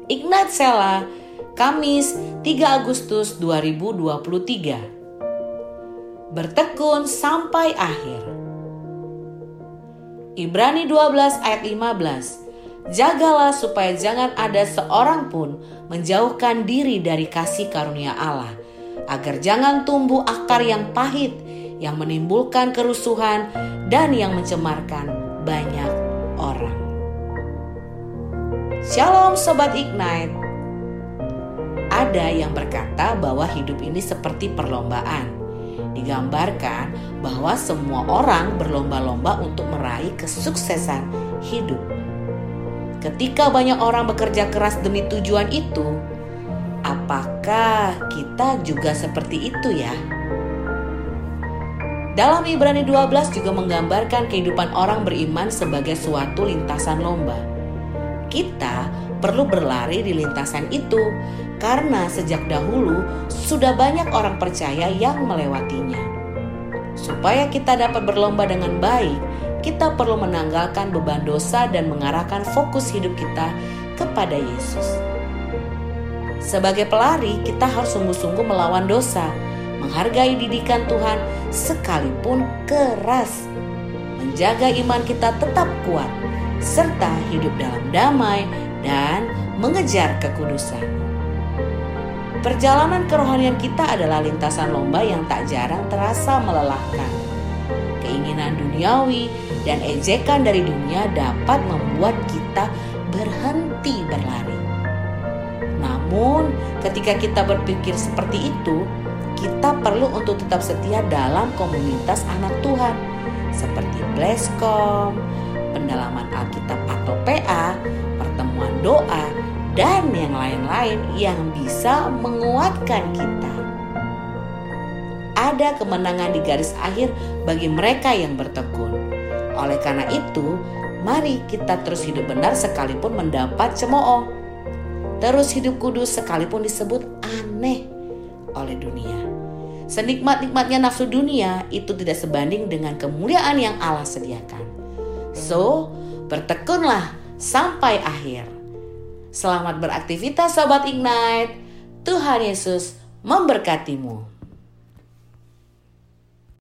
Ignite Sela, Kamis 3 Agustus 2023. Bertekun sampai akhir. Ibrani 12 ayat 15. Jagalah supaya jangan ada seorang pun menjauhkan diri dari kasih karunia Allah, agar jangan tumbuh akar yang pahit, yang menimbulkan kerusuhan dan yang mencemarkan banyak orang. Shalom Sobat Ignite. Ada yang berkata bahwa hidup ini seperti perlombaan. Digambarkan bahwa semua orang berlomba-lomba untuk meraih kesuksesan hidup. Ketika banyak orang bekerja keras demi tujuan itu, apakah kita juga seperti itu ya? Dalam Ibrani 12 juga menggambarkan kehidupan orang beriman sebagai suatu lintasan lomba. Kita perlu berlari di lintasan itu karena sejak dahulu sudah banyak orang percaya yang melewatinya. Supaya kita dapat berlomba dengan baik, kita perlu menanggalkan beban dosa dan mengarahkan fokus hidup kita kepada Yesus. Sebagai pelari, kita harus sungguh-sungguh melawan dosa, menghargai didikan Tuhan sekalipun keras, menjaga iman kita tetap kuat, serta hidup dalam damai dan mengejar kekudusan. Perjalanan kerohanian kita adalah lintasan lomba yang tak jarang terasa melelahkan. Keinginan duniawi dan ejekan dari dunia dapat membuat kita berhenti berlari. Namun, ketika kita berpikir seperti itu, kita perlu untuk tetap setia dalam komunitas anak Tuhan, seperti Bleskom, pendalaman Alkitab atau PA, pertemuan doa, dan yang lain-lain yang bisa menguatkan kita. Ada kemenangan di garis akhir bagi mereka yang bertekun. Oleh karena itu, mari kita terus hidup benar sekalipun mendapat cemooh. Terus hidup kudus sekalipun disebut aneh oleh dunia. Senikmat-nikmatnya nafsu dunia itu tidak sebanding dengan kemuliaan yang Allah sediakan. So, bertekunlah sampai akhir. Selamat beraktivitas Sobat Ignite. Tuhan Yesus memberkatimu.